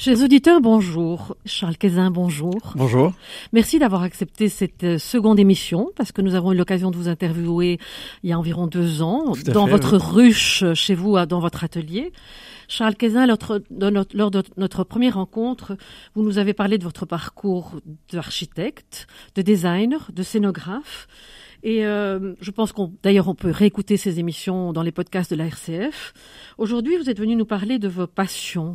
Chers auditeurs, bonjour. Charles Cazin, bonjour. Bonjour. Merci d'avoir accepté cette seconde émission, parce que nous avons eu l'occasion de vous interviewer il y a environ 2 ans, dans votre ruche, chez vous, dans votre atelier. Charles Cazin, lors de notre première rencontre, vous nous avez parlé de votre parcours d'architecte, de designer, de scénographe. Et je pense d'ailleurs on peut réécouter ces émissions dans les podcasts de la RCF. Aujourd'hui, vous êtes venu nous parler de vos passions,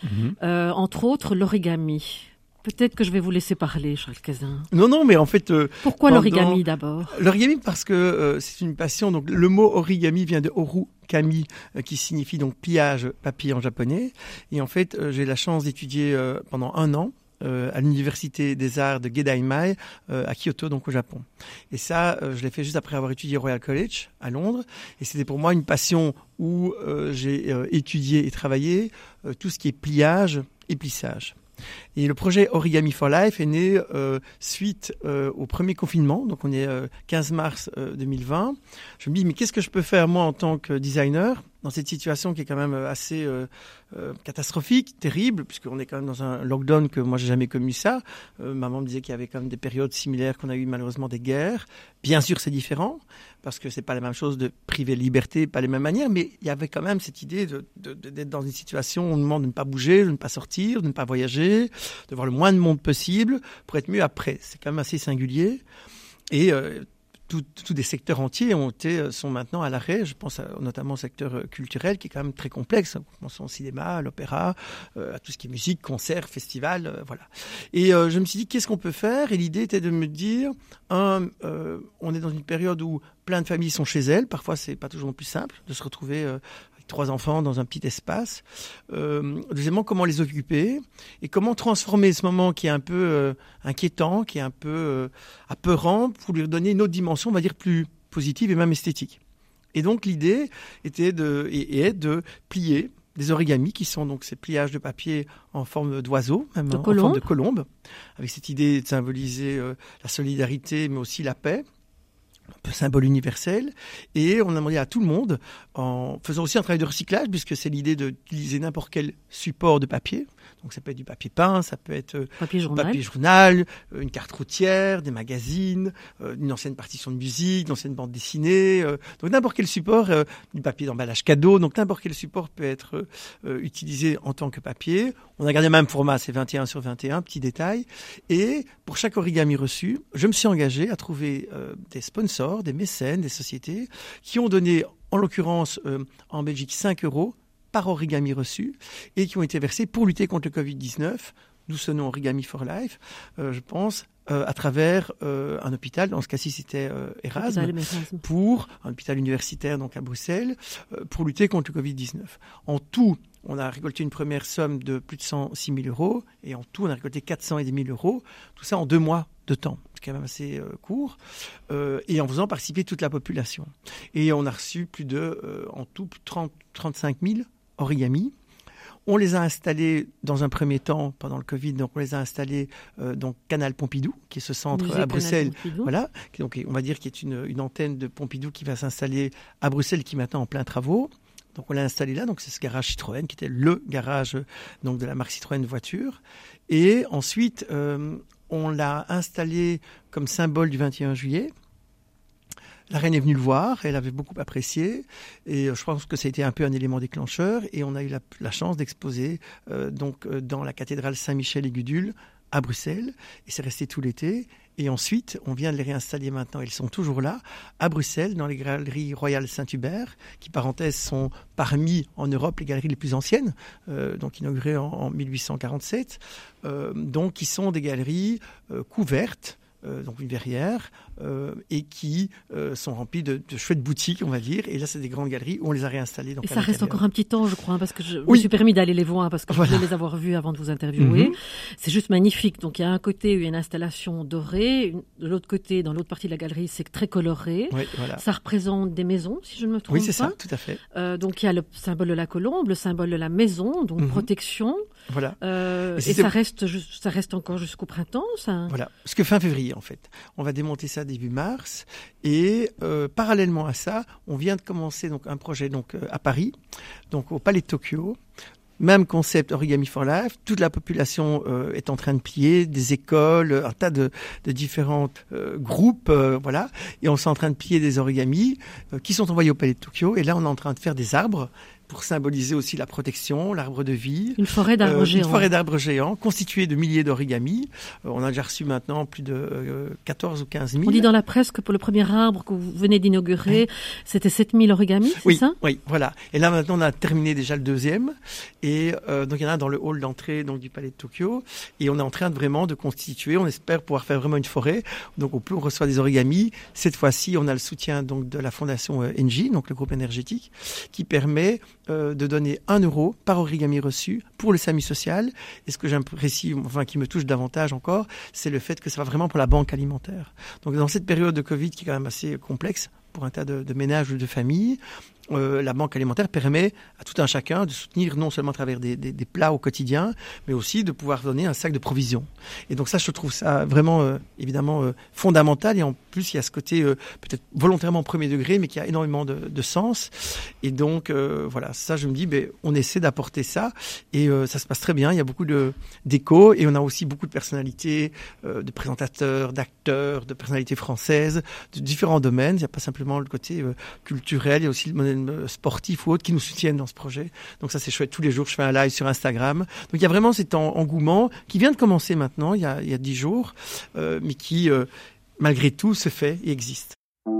entre autres l'origami. Peut-être que je vais vous laisser parler, Charles Cazin. Non, mais en fait... Pourquoi l'origami d'abord ? L'origami parce que c'est une passion. Donc le mot origami vient de oru-kami, qui signifie donc pliage papier en japonais. Et en fait, j'ai la chance d'étudier pendant 1 an à l'université des arts de Gedaimai à Kyoto, donc au Japon. Et ça, je l'ai fait juste après avoir étudié Royal College à Londres. Et c'était pour moi une passion où j'ai étudié et travaillé tout ce qui est pliage et plissage. Et le projet Origami for Life est né suite au premier confinement. Donc on est 15 mars 2020. Je me dis, mais qu'est-ce que je peux faire moi en tant que designer dans cette situation qui est quand même assez catastrophique, terrible, puisqu'on est quand même dans un lockdown que moi j'ai jamais connu ça. Maman me disait qu'il y avait quand même des périodes similaires, qu'on a eu malheureusement des guerres. Bien sûr c'est différent, parce que c'est pas la même chose de priver de liberté, pas les mêmes manières, mais il y avait quand même cette idée d'être dans une situation où on demande de ne pas bouger, de ne pas sortir, de ne pas voyager, de voir le moins de monde possible pour être mieux après. C'est quand même assez singulier. Et tous des secteurs entiers sont maintenant à l'arrêt. Je pense notamment au secteur culturel qui est quand même très complexe. On pense au cinéma, à l'opéra, à tout ce qui est musique, concerts, festivals, voilà. Et je me suis dit, qu'est-ce qu'on peut faire ? Et l'idée était de me dire, on est dans une période où plein de familles sont chez elles. Parfois, c'est pas toujours plus simple de se retrouver avec 3 enfants dans un petit espace. Deuxièmement, comment les occuper et comment transformer ce moment qui est un peu inquiétant, qui est un peu apeurant, pour lui donner une autre dimension, on va dire plus positive et même esthétique. Et donc l'idée était est de plier des origamis qui sont donc ces pliages de papier en forme d'oiseau, même en forme de colombe, avec cette idée de symboliser la solidarité mais aussi la paix. Un peu symbole universel, et on a demandé à tout le monde, en faisant aussi un travail de recyclage, puisque c'est l'idée d'utiliser n'importe quel support de papier. Donc ça peut être du papier peint, ça peut être papier journal, une carte routière, des magazines, une ancienne partition de musique, une ancienne bande dessinée, donc n'importe quel support, du papier d'emballage cadeau, donc n'importe quel support peut être utilisé en tant que papier. On a gardé le même format, c'est 21 sur 21, petit détail. Et pour chaque origami reçu, je me suis engagé à trouver des sponsors, des mécènes, des sociétés qui ont donné, en l'occurrence en Belgique, 5 € par origami reçu et qui ont été versés pour lutter contre le Covid-19, d'où ce nom Origami for Life, je pense, à travers un hôpital, dans ce cas-ci c'était Erasme, pour un hôpital universitaire donc à Bruxelles, pour lutter contre le Covid-19. En tout, on a récolté une première somme de plus de 106 000 € et en tout on a récolté 400 000 €, tout ça en 2 mois de temps, c'est quand même assez court, et en faisant participer toute la population. Et on a reçu en tout plus de 35 000 origamis. On les a installés dans un premier temps pendant le Covid, donc on les a installés donc Canal Pompidou, qui est ce centre musée à Bruxelles, voilà, donc on va dire qui est une antenne de Pompidou qui va s'installer à Bruxelles, qui est maintenant en plein travaux. Donc on l'a installé là, donc c'est ce garage Citroën qui était le garage donc de la marque Citroën voiture. Et ensuite on l'a installé comme symbole du 21 juillet. La reine est venue le voir, elle avait beaucoup apprécié, et je pense que ça a été un peu un élément déclencheur, et on a eu la chance d'exposer donc dans la cathédrale Saint-Michel et Gudule à Bruxelles, et c'est resté tout l'été. Et ensuite, on vient de les réinstaller maintenant, ils sont toujours là, à Bruxelles, dans les galeries Royal Saint-Hubert, qui, parenthèse, sont parmi, en Europe, les galeries les plus anciennes, donc inaugurées en 1847, donc qui sont des galeries couvertes, donc une verrière, et qui sont remplies de chouettes boutiques, on va dire. Et là, c'est des grandes galeries où on les a réinstallées. Donc, et ça reste encore un petit temps, je crois, parce que je me suis permis d'aller les voir, parce que je voulais les avoir vus avant de vous interviewer. C'est juste magnifique. Donc, il y a un côté où il y a une installation dorée, de l'autre côté, dans l'autre partie de la galerie, c'est très coloré. Oui, voilà. Ça représente des maisons, si je ne me trompe pas. Oui, c'est ça, tout à fait. Donc, il y a le symbole de la colombe, le symbole de la maison, donc protection. Voilà. Et ça reste encore jusqu'au printemps, ça. Voilà. Jusque fin février, en fait. On va démonter ça début mars. Et parallèlement à ça, on vient de commencer donc un projet donc à Paris, donc au Palais de Tokyo, même concept Origami for Life. Toute la population est en train de plier, des écoles, un tas de différents groupes, voilà. Et on est en train de plier des origamis qui sont envoyés au Palais de Tokyo. Et là, on est en train de faire des arbres pour symboliser aussi la protection, l'arbre de vie. Une forêt d'arbres géants. Une forêt d'arbres géants constituée de milliers d'origamis. On a déjà reçu maintenant plus de 14 ou 15 000. On dit dans la presse que pour le premier arbre que vous venez d'inaugurer, c'était 7 000 origamis, c'est ça? Oui, voilà. Et là maintenant, on a terminé déjà le deuxième. Et donc il y en a dans le hall d'entrée donc, du Palais de Tokyo. Et on est en train de constituer, on espère pouvoir faire vraiment une forêt. Donc on reçoit des origamis. Cette fois-ci, on a le soutien donc, de la fondation Engie, donc le groupe énergétique, qui permet de donner 1 € par origami reçu pour le SAMU social. Et ce que j'apprécie, enfin qui me touche davantage encore, c'est le fait que ça va vraiment pour la banque alimentaire. Donc dans cette période de Covid qui est quand même assez complexe pour un tas de ménages ou de familles, la banque alimentaire permet à tout un chacun de soutenir non seulement à travers des plats au quotidien, mais aussi de pouvoir donner un sac de provisions. Et donc ça, je trouve ça vraiment, évidemment, fondamental. Et en plus, il y a ce côté peut-être volontairement premier degré, mais qui a énormément de sens. Et donc, voilà, ça, je me dis, on essaie d'apporter ça. Et ça se passe très bien. Il y a beaucoup d'échos. Et on a aussi beaucoup de personnalités, de présentateurs, d'acteurs, de personnalités françaises, de différents domaines. Il n'y a pas simplement le côté culturel, il y a aussi le modèle sportifs ou autres qui nous soutiennent dans ce projet. Donc ça, c'est chouette. Tous les jours, je fais un live sur Instagram. Donc il y a vraiment cet engouement qui vient de commencer maintenant, il y a 10 jours, mais qui, malgré tout, se fait et existe.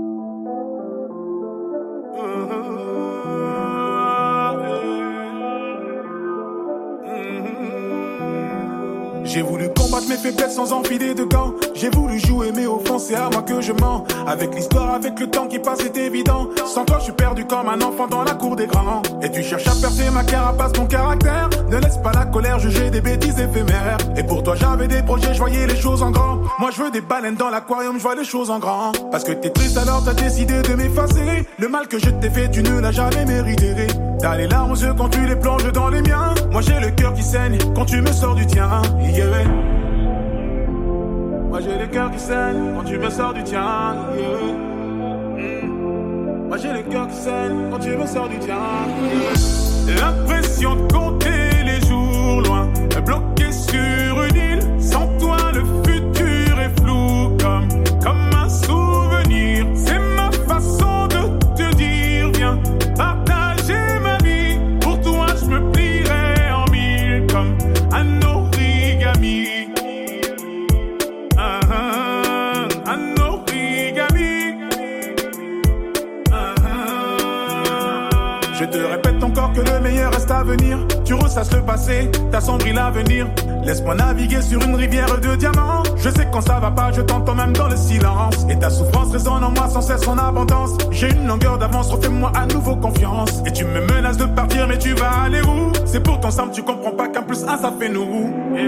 J'ai voulu combattre mes faiblesses sans enfiler de gants. J'ai voulu jouer mais au fond c'est à moi que je mens. Avec l'histoire, avec le temps qui passe c'est évident. Sans toi je suis perdu comme un enfant dans la cour des grands. Et tu cherches à percer ma carapace, mon caractère. Ne laisse pas la colère juger des bêtises éphémères. Et pour toi j'avais des projets, je voyais les choses en grand. Moi je veux des baleines dans l'aquarium, je vois les choses en grand. Parce que t'es triste alors t'as décidé de m'effacer. Le mal que je t'ai fait tu ne l'as jamais mérité. T'as les larmes aux yeux quand tu les plonges dans les miens. Moi j'ai le cœur qui saigne quand tu me sors du tien. Yeah. Moi j'ai le cœur qui saigne quand tu me sors du tien. Yeah. Moi j'ai le cœur qui saigne quand tu me sors du tien. Yeah. L'impression de compter les jours loin, bloqué sur une île. Sans toi le futur est flou comme un souvenir. C'est ma façon de te dire viens partager ma vie. Pour toi je me plierai en mille comme un origami. Un origami. Je te répète encore que le meilleur reste à venir. Tu ressasses le passé, t'assombris l'avenir. Laisse-moi naviguer sur une rivière de diamants. Je sais quand ça va pas, je t'entends même dans le silence. Et ta souffrance résonne en moi sans cesse en abondance. J'ai une longueur d'avance, refais-moi à nouveau confiance. Et tu me menaces de partir, mais tu vas aller où? C'est pourtant simple, tu comprends pas qu'un plus un ça fait nous.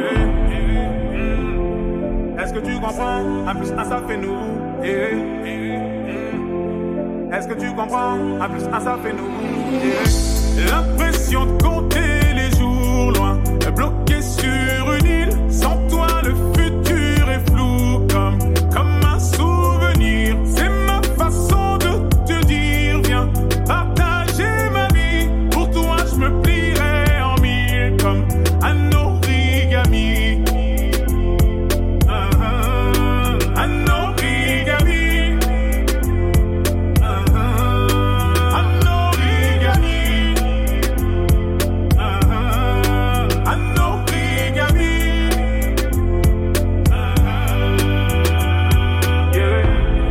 Est-ce que tu comprends? Un plus un ça fait nous. Est-ce que tu comprends? Un plus un ça fait nous. L'impression de compter les jours loin, bloqué sur une île. Sans toi le futur est flou comme un souvenir. C'est ma façon de te dire viens partager ma vie. Pour toi je me plierai en mille comme un origami. Un origami. Un origami. Un origami. Yeah.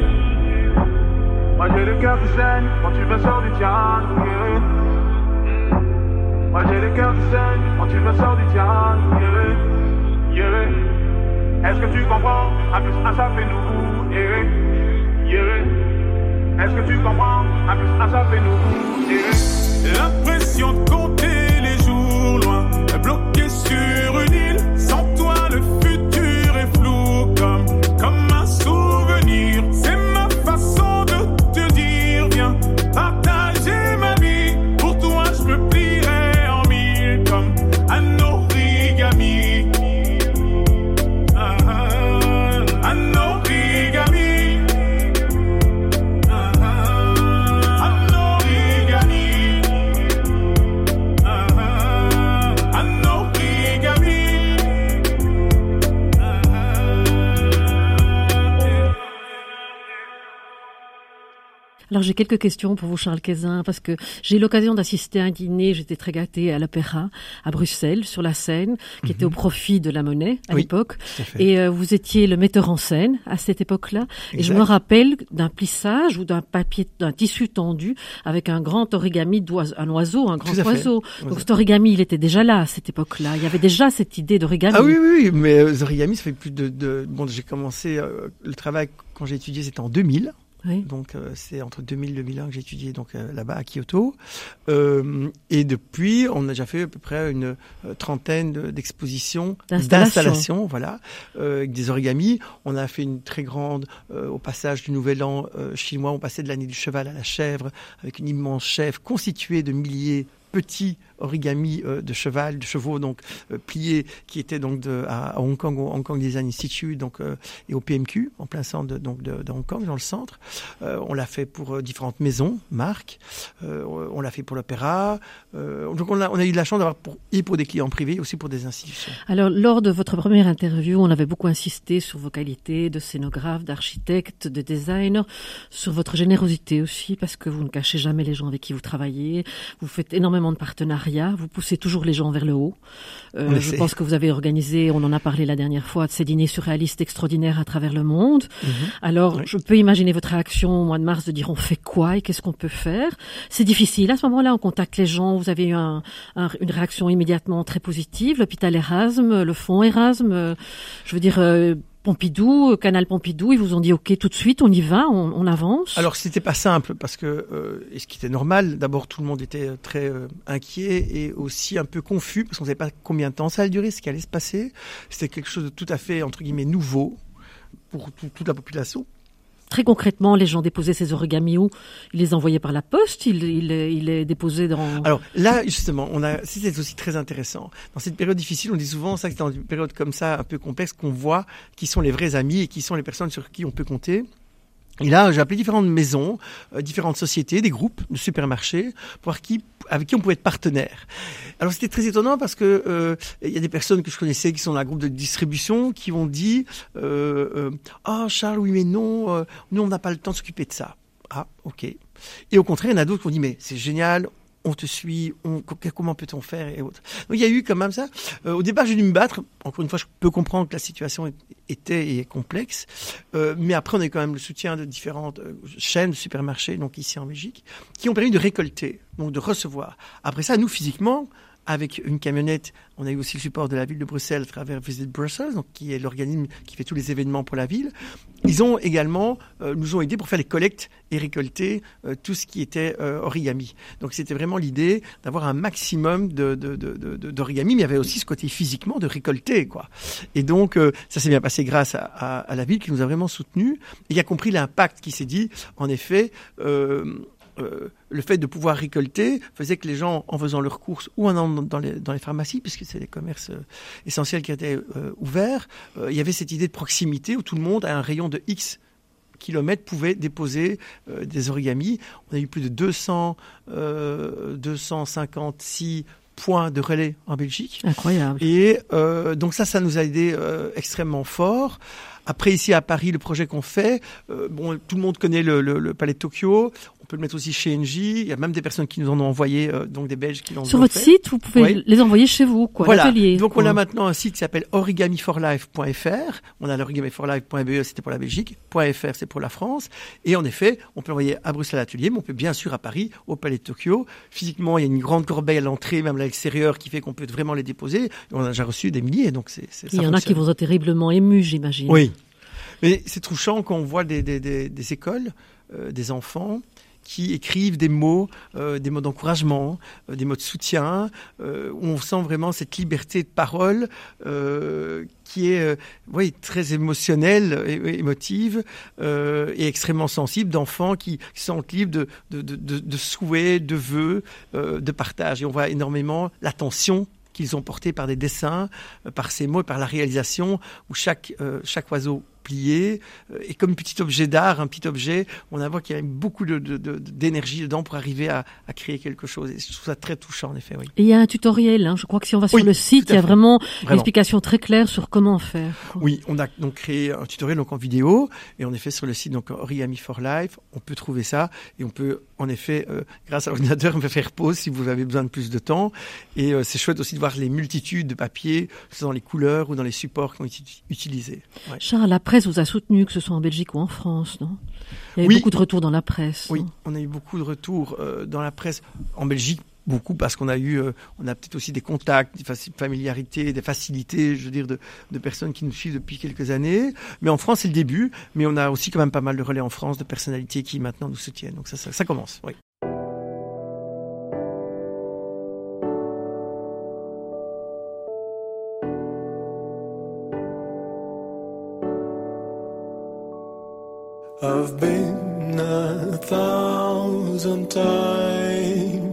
Moi j'ai le cœur qui saigne quand tu me sors du tien. Yeah. Moi j'ai le cœur qui saigne quand tu me sors du tien. Yeah. Yeah. Est-ce que tu comprends? Un plus un ça fait nous. Yeah. Yeah. Est-ce que tu comprends? Un plus un ça fait nous. Yeah. L'impression de compter les jours loin, bloqué sur une île. Sans toi le futur est flou comme un souvenir. C'est ma façon de te dire viens partager ma vie. Pour toi je me plierai en mille comme un origami. Un origami. Un origami. Alors j'ai quelques questions pour vous, Charles Caizen, parce que j'ai eu l'occasion d'assister à un dîner, j'étais très gâtée, à l'Opéra, à Bruxelles, sur la scène, qui était au profit de la Monnaie à l'époque. Et vous étiez le metteur en scène à cette époque-là. Exact. Et je me rappelle d'un plissage ou d'un papier, d'un tissu tendu avec un grand origami un grand oiseau. Donc cet origami, il était déjà là à cette époque-là. Il y avait déjà cette idée d'origami. Ah oui, mais origami, ça fait plus Bon, j'ai commencé le travail quand j'ai étudié, c'était en 2000. Oui. Donc c'est entre 2000 et 2001 que j'ai étudié là-bas à Kyoto. Et depuis, on a déjà fait à peu près une trentaine d'expositions, d'installations, voilà, avec des origamis. On a fait une très grande au passage du Nouvel An chinois. On passait de l'année du cheval à la chèvre, avec une immense chèvre constituée de milliers petits origami de chevaux donc pliés, qui étaient donc à Hong Kong, au Hong Kong Design Institute, donc et au PMQ en plein centre de Hong Kong, dans le centre. On l'a fait pour différentes maisons, marques. On l'a fait pour l'opéra. Donc on a eu de la chance d'avoir pour des clients privés, aussi pour des institutions. Alors lors de votre première interview, on avait beaucoup insisté sur vos qualités de scénographe, d'architecte, de designer, sur votre générosité aussi, parce que vous ne cachez jamais les gens avec qui vous travaillez. Vous faites énormément de partenariats, vous poussez toujours les gens vers le haut. Je pense que vous avez organisé, on en a parlé la dernière fois, de ces dîners surréalistes extraordinaires à travers le monde. Alors, je peux imaginer votre réaction au mois de mars de dire on fait quoi et qu'est-ce qu'on peut faire. C'est difficile. À ce moment-là, on contacte les gens. Vous avez eu une réaction immédiatement très positive. L'hôpital Erasme, le fonds Erasme, je veux dire... Pompidou, Canal Pompidou, ils vous ont dit ok tout de suite, on y va, on avance. Alors c'était pas simple parce que et ce qui était normal, d'abord tout le monde était très inquiet et aussi un peu confus parce qu'on ne savait pas combien de temps ça allait durer, ce qui allait se passer. C'était quelque chose de tout à fait entre guillemets nouveau pour toute la population. Très concrètement, les gens déposaient ces origamis où? Ils les envoyaient par la poste? Ils les déposaient dans... Alors là, justement, c'est aussi très intéressant. Dans cette période difficile, on dit souvent ça, que c'est dans une période comme ça, un peu complexe, qu'on voit qui sont les vrais amis et qui sont les personnes sur qui on peut compter. Et là, j'ai appelé différentes maisons, différentes sociétés, des groupes de supermarchés, pour voir avec qui on pouvait être partenaire. Alors c'était très étonnant parce que il y a des personnes que je connaissais qui sont dans un groupe de distribution qui ont dit Charles, oui mais non, nous on n'a pas le temps de s'occuper de ça. Ah, ok. Et au contraire, il y en a d'autres qui ont dit mais c'est génial. On te suit, comment peut-on faire et autres. Donc il y a eu quand même ça. Au départ, j'ai dû me battre. Encore une fois, je peux comprendre que la situation était et est complexe. Mais après, on a eu quand même le soutien de différentes chaînes de supermarchés, donc ici en Belgique, qui ont permis de récolter, donc de recevoir. Après ça, nous, physiquement, avec une camionnette, on a eu aussi le support de la ville de Bruxelles à travers Visit Brussels, donc qui est l'organisme qui fait tous les événements pour la ville. Ils ont également nous ont aidés pour faire les collectes et récolter tout ce qui était origami. Donc c'était vraiment l'idée d'avoir un maximum d'origami, mais il y avait aussi ce côté physiquement de récolter, quoi. Et donc ça s'est bien passé grâce à la ville qui nous a vraiment soutenus et qui a compris l'impact, qui s'est dit, en effet, le fait de pouvoir récolter faisait que les gens, en faisant leurs courses ou en allant dans les pharmacies, puisque c'est des commerces essentiels qui étaient ouverts, il y avait cette idée de proximité où tout le monde, à un rayon de X kilomètres, pouvait déposer des origamis. On a eu plus de 256 points de relais en Belgique. Incroyable. Et donc ça nous a aidé extrêmement fort. Après, ici à Paris, le projet qu'on fait, tout le monde connaît le Palais de Tokyo. On peut le mettre aussi chez Engie. Il y a même des personnes qui nous en ont envoyé, donc des Belges qui l'ont fait. Sur votre site, vous pouvez les envoyer chez vous, quoi. Voilà. L'atelier. Donc on a maintenant un site qui s'appelle origamiforlife.fr. On a l'origamiforlife.be, c'était pour la Belgique. .fr, c'est pour la France. Et en effet, on peut envoyer à Bruxelles à l'atelier, mais on peut bien sûr à Paris, au Palais de Tokyo. Physiquement, il y a une grande corbeille à l'entrée, même à l'extérieur, qui fait qu'on peut vraiment les déposer. Et on a déjà reçu des milliers, donc il y en a qui vous ont terriblement ému, j'imagine. Oui. Mais c'est touchant quand on voit des écoles, des enfants qui écrivent des mots d'encouragement, des mots de soutien, où on sent vraiment cette liberté de parole qui est très émotionnelle, émotive et extrêmement sensible, d'enfants qui se sentent libres de souhaits, de vœux, de partage. Et on voit énormément l'attention qu'ils ont portée par des dessins, par ces mots et par la réalisation, où chaque oiseau plié, et comme un petit objet d'art, un petit objet, on voit qu'il y a beaucoup d'énergie dedans pour arriver à créer quelque chose. Et je trouve ça très touchant, en effet, oui. Et il y a un tutoriel, je crois que si on va sur le site, il y a vraiment une explication très claire sur comment faire. Oui, on a donc créé un tutoriel donc en vidéo, et en effet sur le site donc Origami for Life, on peut trouver ça, et on peut en effet, grâce à l'ordinateur, on peut faire pause si vous avez besoin de plus de temps. Et c'est chouette aussi de voir les multitudes de papiers, que ce soit dans les couleurs ou dans les supports qui ont été utilisés. Ouais. Charles, la presse vous a soutenu, que ce soit en Belgique ou en France, non? Il y a eu beaucoup de retours dans la presse. Oui, non? On a eu beaucoup de retours dans la presse en Belgique. Beaucoup parce qu'on a on a peut-être aussi des contacts, des familiarités, des facilités, je veux dire, de personnes qui nous suivent depuis quelques années. Mais en France, c'est le début. Mais on a aussi quand même pas mal de relais en France, de personnalités qui maintenant nous soutiennent. Donc ça commence, oui. I've been 1,000 times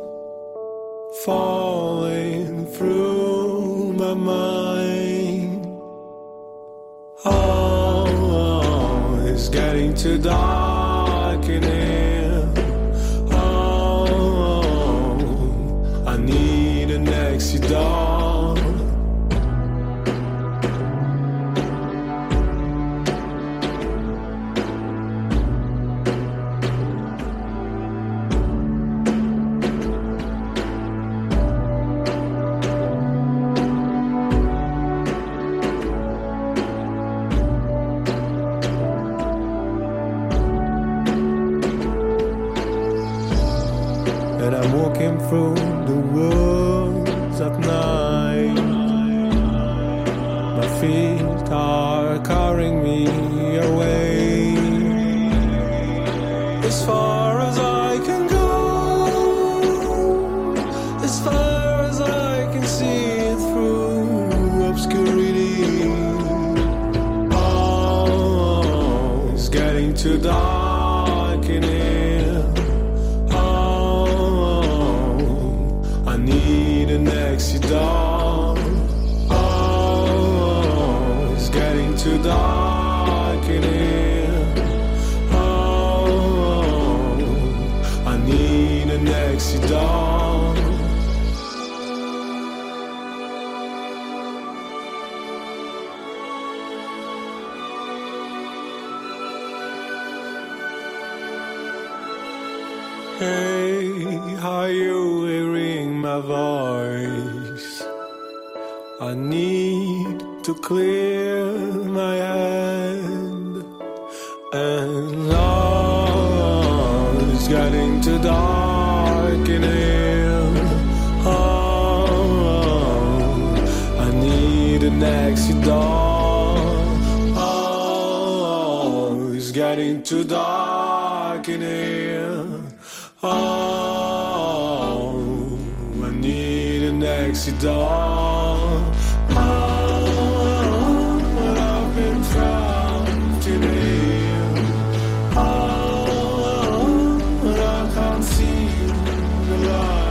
falling through my mind. Oh, it's getting too dark in here. Oh, I need an exit door. And I'm walking through the woods at night. My feet are carrying me away, as far as I can go, as far as I can see it through obscurity. Oh, it's getting too dark in here. I need an exit door. Oh, it's getting too dark in here. Oh, I need an exit door. Hey, are you hearing my voice? I need to clear my head. And Lord, it's getting too dark in here. Oh, I need an exit door. Oh, it's getting too dark in here. Oh, I need an exit door. Oh, but I've been trapped in here. Oh, but I can't see the light.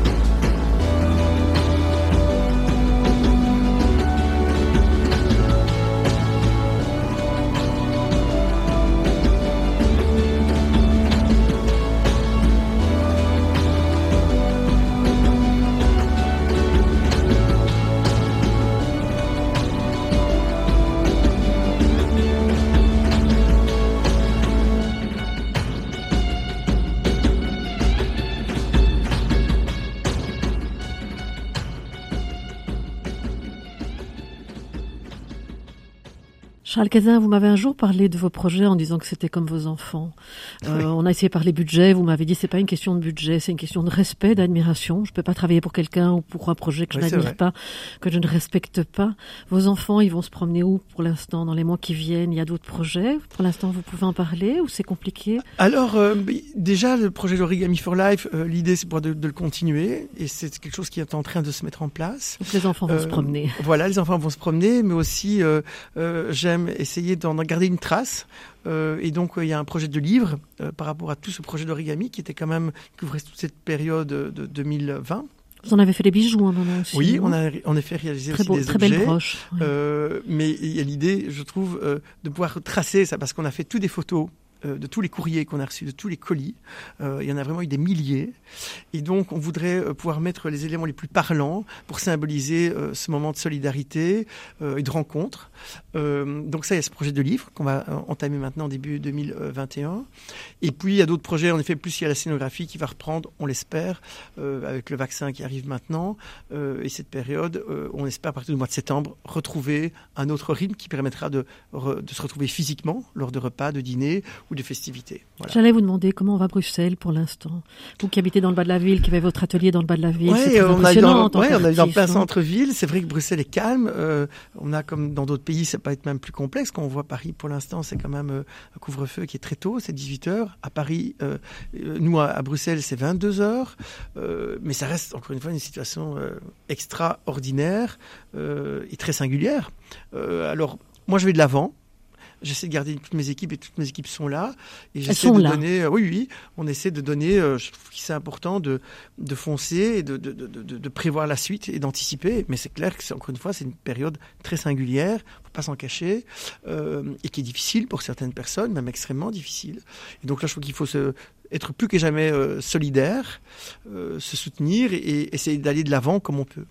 Charles Cazin, vous m'avez un jour parlé de vos projets en disant que c'était comme vos enfants. Oui. On a essayé de parler budget, vous m'avez dit c'est pas une question de budget, c'est une question de respect, d'admiration. Je peux pas travailler pour quelqu'un ou pour un projet que je n'admire pas, que je ne respecte pas. Vos enfants, ils vont se promener où pour l'instant, dans les mois qui viennent? Il y a d'autres projets? Pour l'instant, vous pouvez en parler ou c'est compliqué? Alors, déjà, le projet d'Origami for Life, l'idée c'est de le continuer et c'est quelque chose qui est en train de se mettre en place. Donc les enfants vont se promener. Voilà, les enfants vont se promener, mais aussi j'aime essayer d'en garder une trace. Et donc, il y a un projet de livre par rapport à tout ce projet d'origami qui était quand même, qui couvrait toute cette période de 2020. Vous en avez fait des bijoux un moment aussi. Oui, non? on a en effet réalisé Très aussi beau, des très objets. belle broche. Oui. Mais il y a l'idée, je trouve, de pouvoir tracer ça, parce qu'on a fait toutes des photos de tous les courriers qu'on a reçus, de tous les colis. Il y en a vraiment eu des milliers. Et donc, on voudrait pouvoir mettre les éléments les plus parlants pour symboliser ce moment de solidarité et de rencontre. Donc ça, il y a ce projet de livre qu'on va entamer maintenant début 2021. Et puis, il y a d'autres projets. En effet, plus il y a la scénographie qui va reprendre, on l'espère, avec le vaccin qui arrive maintenant. Et cette période, on espère, à partir du mois de septembre, retrouver un autre rythme qui permettra de se retrouver physiquement lors de repas, de dîners ou de festivités. Voilà. J'allais vous demander comment va Bruxelles pour l'instant. Vous qui habitez dans le bas de la ville, qui avez votre atelier dans le bas de la ville, c'est très impressionnant en tant qu'artiste. On a eu dans plein centre-ville. C'est vrai que Bruxelles est calme. On a, comme dans d'autres pays, ça peut être même plus complexe. Quand on voit Paris, pour l'instant, c'est quand même un couvre-feu qui est très tôt, c'est 18h. À Paris, nous, à Bruxelles, c'est 22h. Mais ça reste, encore une fois, une situation extraordinaire et très singulière. Alors, moi, je vais de l'avant. J'essaie de garder toutes mes équipes et toutes mes équipes sont là. Et j'essaie de donner. Oui, on essaie de donner. Je trouve que c'est important de foncer et de prévoir la suite et d'anticiper. Mais c'est clair que encore une fois, c'est une période très singulière. Faut pas s'en cacher et qui est difficile pour certaines personnes, même extrêmement difficile. Et donc là, je trouve qu'il faut être plus que jamais solidaire, se soutenir et essayer d'aller de l'avant comme on peut.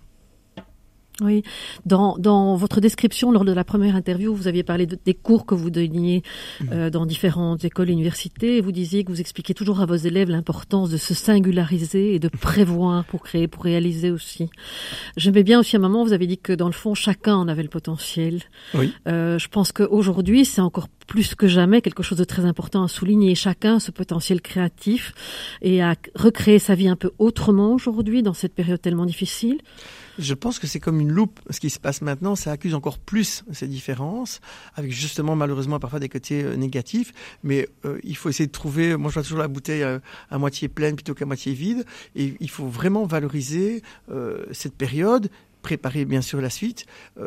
Oui, dans votre description lors de la première interview, vous aviez parlé des cours que vous donniez dans différentes écoles et universités. Et vous disiez que vous expliquiez toujours à vos élèves l'importance de se singulariser et de prévoir pour créer, pour réaliser aussi. J'aimais bien aussi à un moment, vous avez dit que dans le fond, chacun en avait le potentiel. Oui. Je pense qu'aujourd'hui, c'est encore plus que jamais quelque chose de très important à souligner. Chacun ce potentiel créatif et à recréer sa vie un peu autrement aujourd'hui dans cette période tellement difficile. Je pense que c'est comme une loupe. Ce qui se passe maintenant, ça accuse encore plus ces différences, avec justement malheureusement parfois des côtés négatifs. Mais il faut essayer de trouver, moi je vois toujours la bouteille à moitié pleine plutôt qu'à moitié vide. Et il faut vraiment valoriser cette période, préparer bien sûr la suite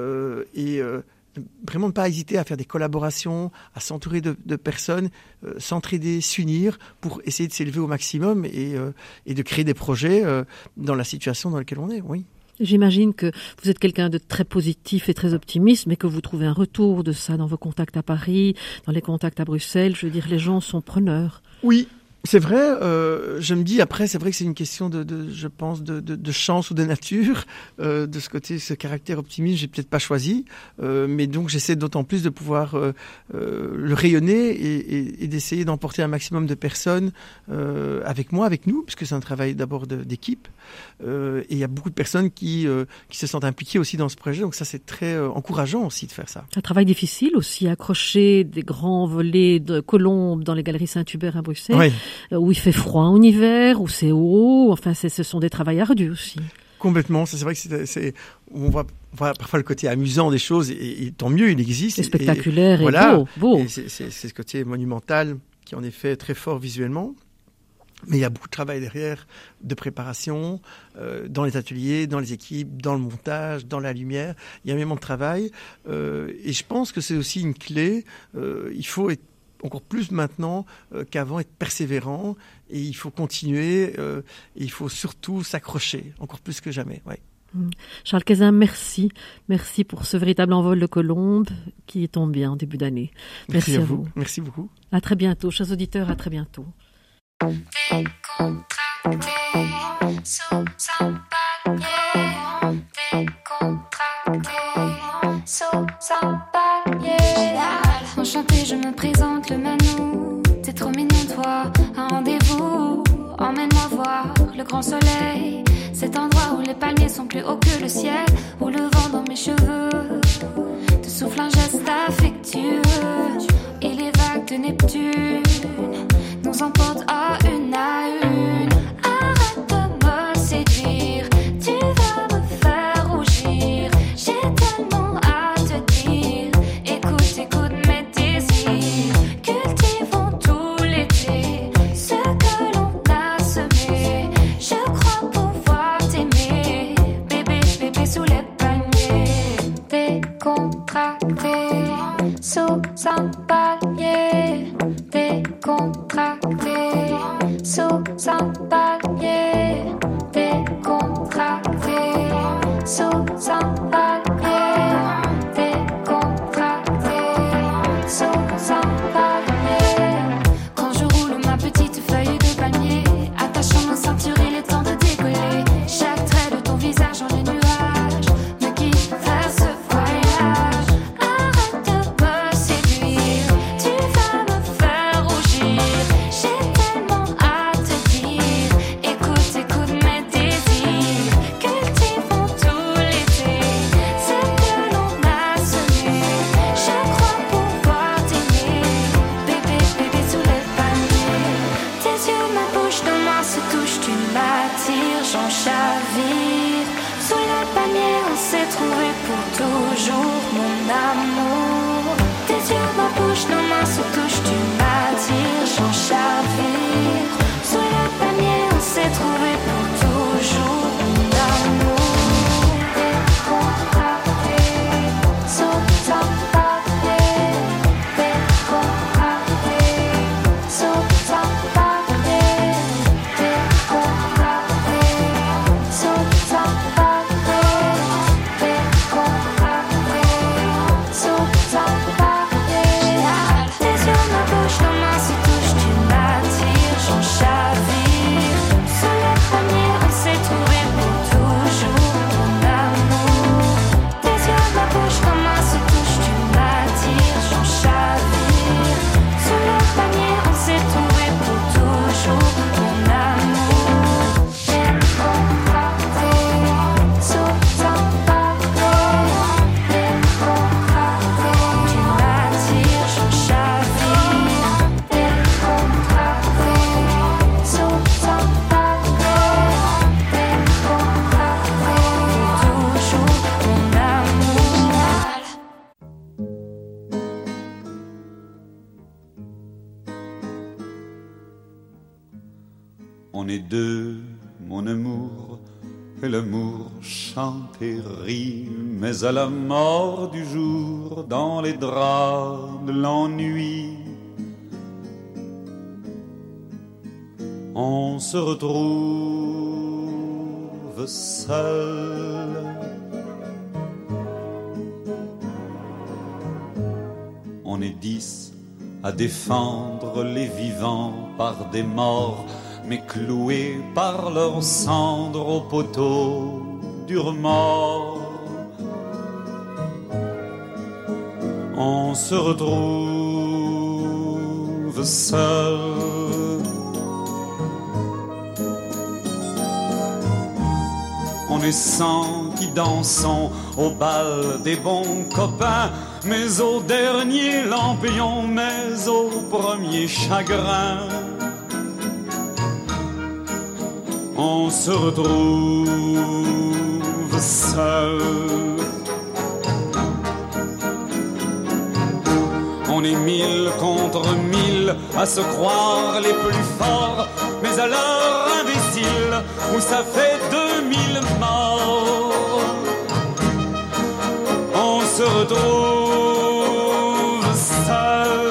et vraiment ne pas hésiter à faire des collaborations, à s'entourer de personnes, s'entraider, s'unir pour essayer de s'élever au maximum et de créer des projets dans la situation dans laquelle on est, oui. J'imagine que vous êtes quelqu'un de très positif et très optimiste, mais que vous trouvez un retour de ça dans vos contacts à Paris, dans les contacts à Bruxelles. Je veux dire, les gens sont preneurs. Oui. C'est vrai, je me dis, après, c'est vrai que c'est une question je pense, de chance ou de nature. De ce côté, ce caractère optimiste, j'ai peut-être pas choisi. Mais donc, j'essaie d'autant plus de pouvoir le rayonner et d'essayer d'emporter un maximum de personnes avec moi, avec nous, puisque c'est un travail d'abord d'équipe. Et il y a beaucoup de personnes qui se sentent impliquées aussi dans ce projet. Donc ça, c'est très encourageant aussi de faire ça. Un travail difficile aussi, accrocher des grands volets de colombes dans les galeries Saint-Hubert à Bruxelles. Oui. Où il fait froid en hiver, où c'est haut, enfin ce sont des travails ardus aussi. Complètement, c'est vrai que on voit parfois le côté amusant des choses et tant mieux, il existe. C'est spectaculaire et voilà, beau. Et c'est ce côté monumental qui est en effet très fort visuellement. Mais il y a beaucoup de travail derrière, de préparation, dans les ateliers, dans les équipes, dans le montage, dans la lumière. Il y a énormément de travail et je pense que c'est aussi une clé. Il faut être encore plus maintenant qu'avant, être persévérant et il faut continuer et il faut surtout s'accrocher, encore plus que jamais. Ouais. Charles Cazin, merci. Merci pour ce véritable envol de colombe qui tombe bien en début d'année. Merci à vous. Merci beaucoup. À très bientôt, chers auditeurs, à très bientôt. Enchantée, je me présente le Manou. T'es trop mignon toi, un rendez-vous. Emmène-moi voir le grand soleil. Cet endroit où les palmiers sont plus hauts que le ciel. Où le vent dans mes cheveux te souffle un geste affectueux. Et les vagues de Neptune nous emportent à une. Arrête de me séduire, tu vas me faire rougir. J'ai tellement à te dire. Écoute mes désirs. Cultivons tout l'été ce que l'on a semé. Je crois pouvoir t'aimer, bébé sous les paniers. Décontracté sous un palier. Décontracté sous un palier. Décontracté sous un palmier, décontracté, sous un palmier. Quand je roule ma petite feuille de palmier, attachant ma ceinture, il est temps de décoller. Chaque trait de ton visage dans les nuages me quitte faire ce voyage. Arrête de me séduire, tu vas me faire rougir. J'ai tellement à te dire, écoute, écoute mes désirs. Cultivons tout l'été ce que l'on a semé. Je crois pouvoir t'aimer, bébé, bébé sous les palmiers. Tes yeux, ma bouche, nos mains se touchent, tu m'attires, j'en chavire. Sous les palmiers, on s'est trouvé pour toujours, mon amour. Tes yeux, ma bouche, nos mains se touchent, tu m'attires, j'en chavire. Sous les palmiers, on s'est trouvé pour toujours, mon amour. Décontracté, sous un palmier, décontracté, sous un palmier, décontracté, sous un palmier, décontracté, sous un palmier. Tes yeux, ma bouche, nos mains se touchent, tu m'attires, j'en chavire. Sous les palmiers, on s'est trouvé pour toujours, mon amour. Tes yeux, ma bouche, nos mains se touchent, tu m'attires, j'en chavire. Sous les palmiers, on s'est trouvé pour toujours, mon amour. Décontracté, sous un palmier, décontracté, tu m'attires, j'en chavire. Décontracté, sous un palmier, décontracté, toujours, mon amour. On est deux, mon amour, et l'amour chante et rit, mais à la mort du jour, dans les draps de l'ennui, on se retrouve seul. On est 10 à défendre les vivants par des morts, mais cloués par leurs cendres au poteau durement. On se retrouve seul. On est 100 qui dansons au bal des bons copains, mais au dernier lampion, mais au premier chagrin. On se retrouve seul. On est 1000 contre 1000 à se croire les plus forts, mais à l'heure imbécile où ça fait 2000 morts, on se retrouve seul.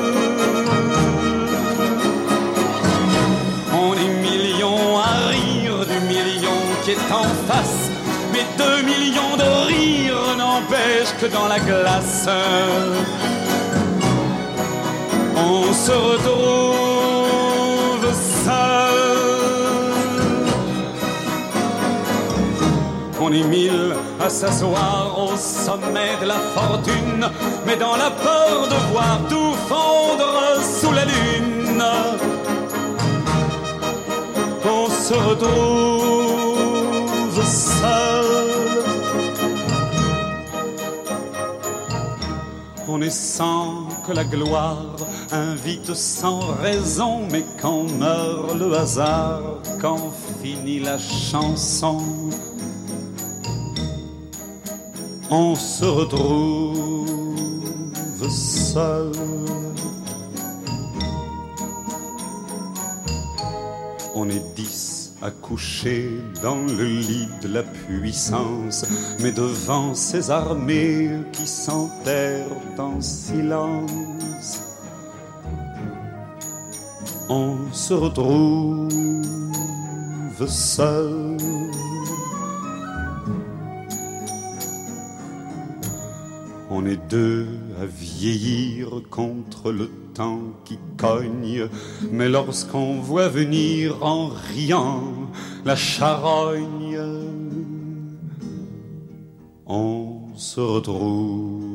On est millions à rire du million qui est en face, mais 2 millions de rires n'empêchent que dans la glace on se retrouve seul. On est 1000 à s'asseoir au sommet de la fortune, mais dans la peur de voir tout fondre sous la lune, on se retrouve seul. On est sans que la gloire invite sans raison, mais quand meurt le hasard, quand finit la chanson, on se retrouve seul. On est 10 à coucher dans le lit de la puissance, mais devant ces armées qui s'enterrent en silence, on se retrouve seul. On est deux à vieillir contre le temps qui cogne, mais lorsqu'on voit venir en riant la charogne, on se retrouve.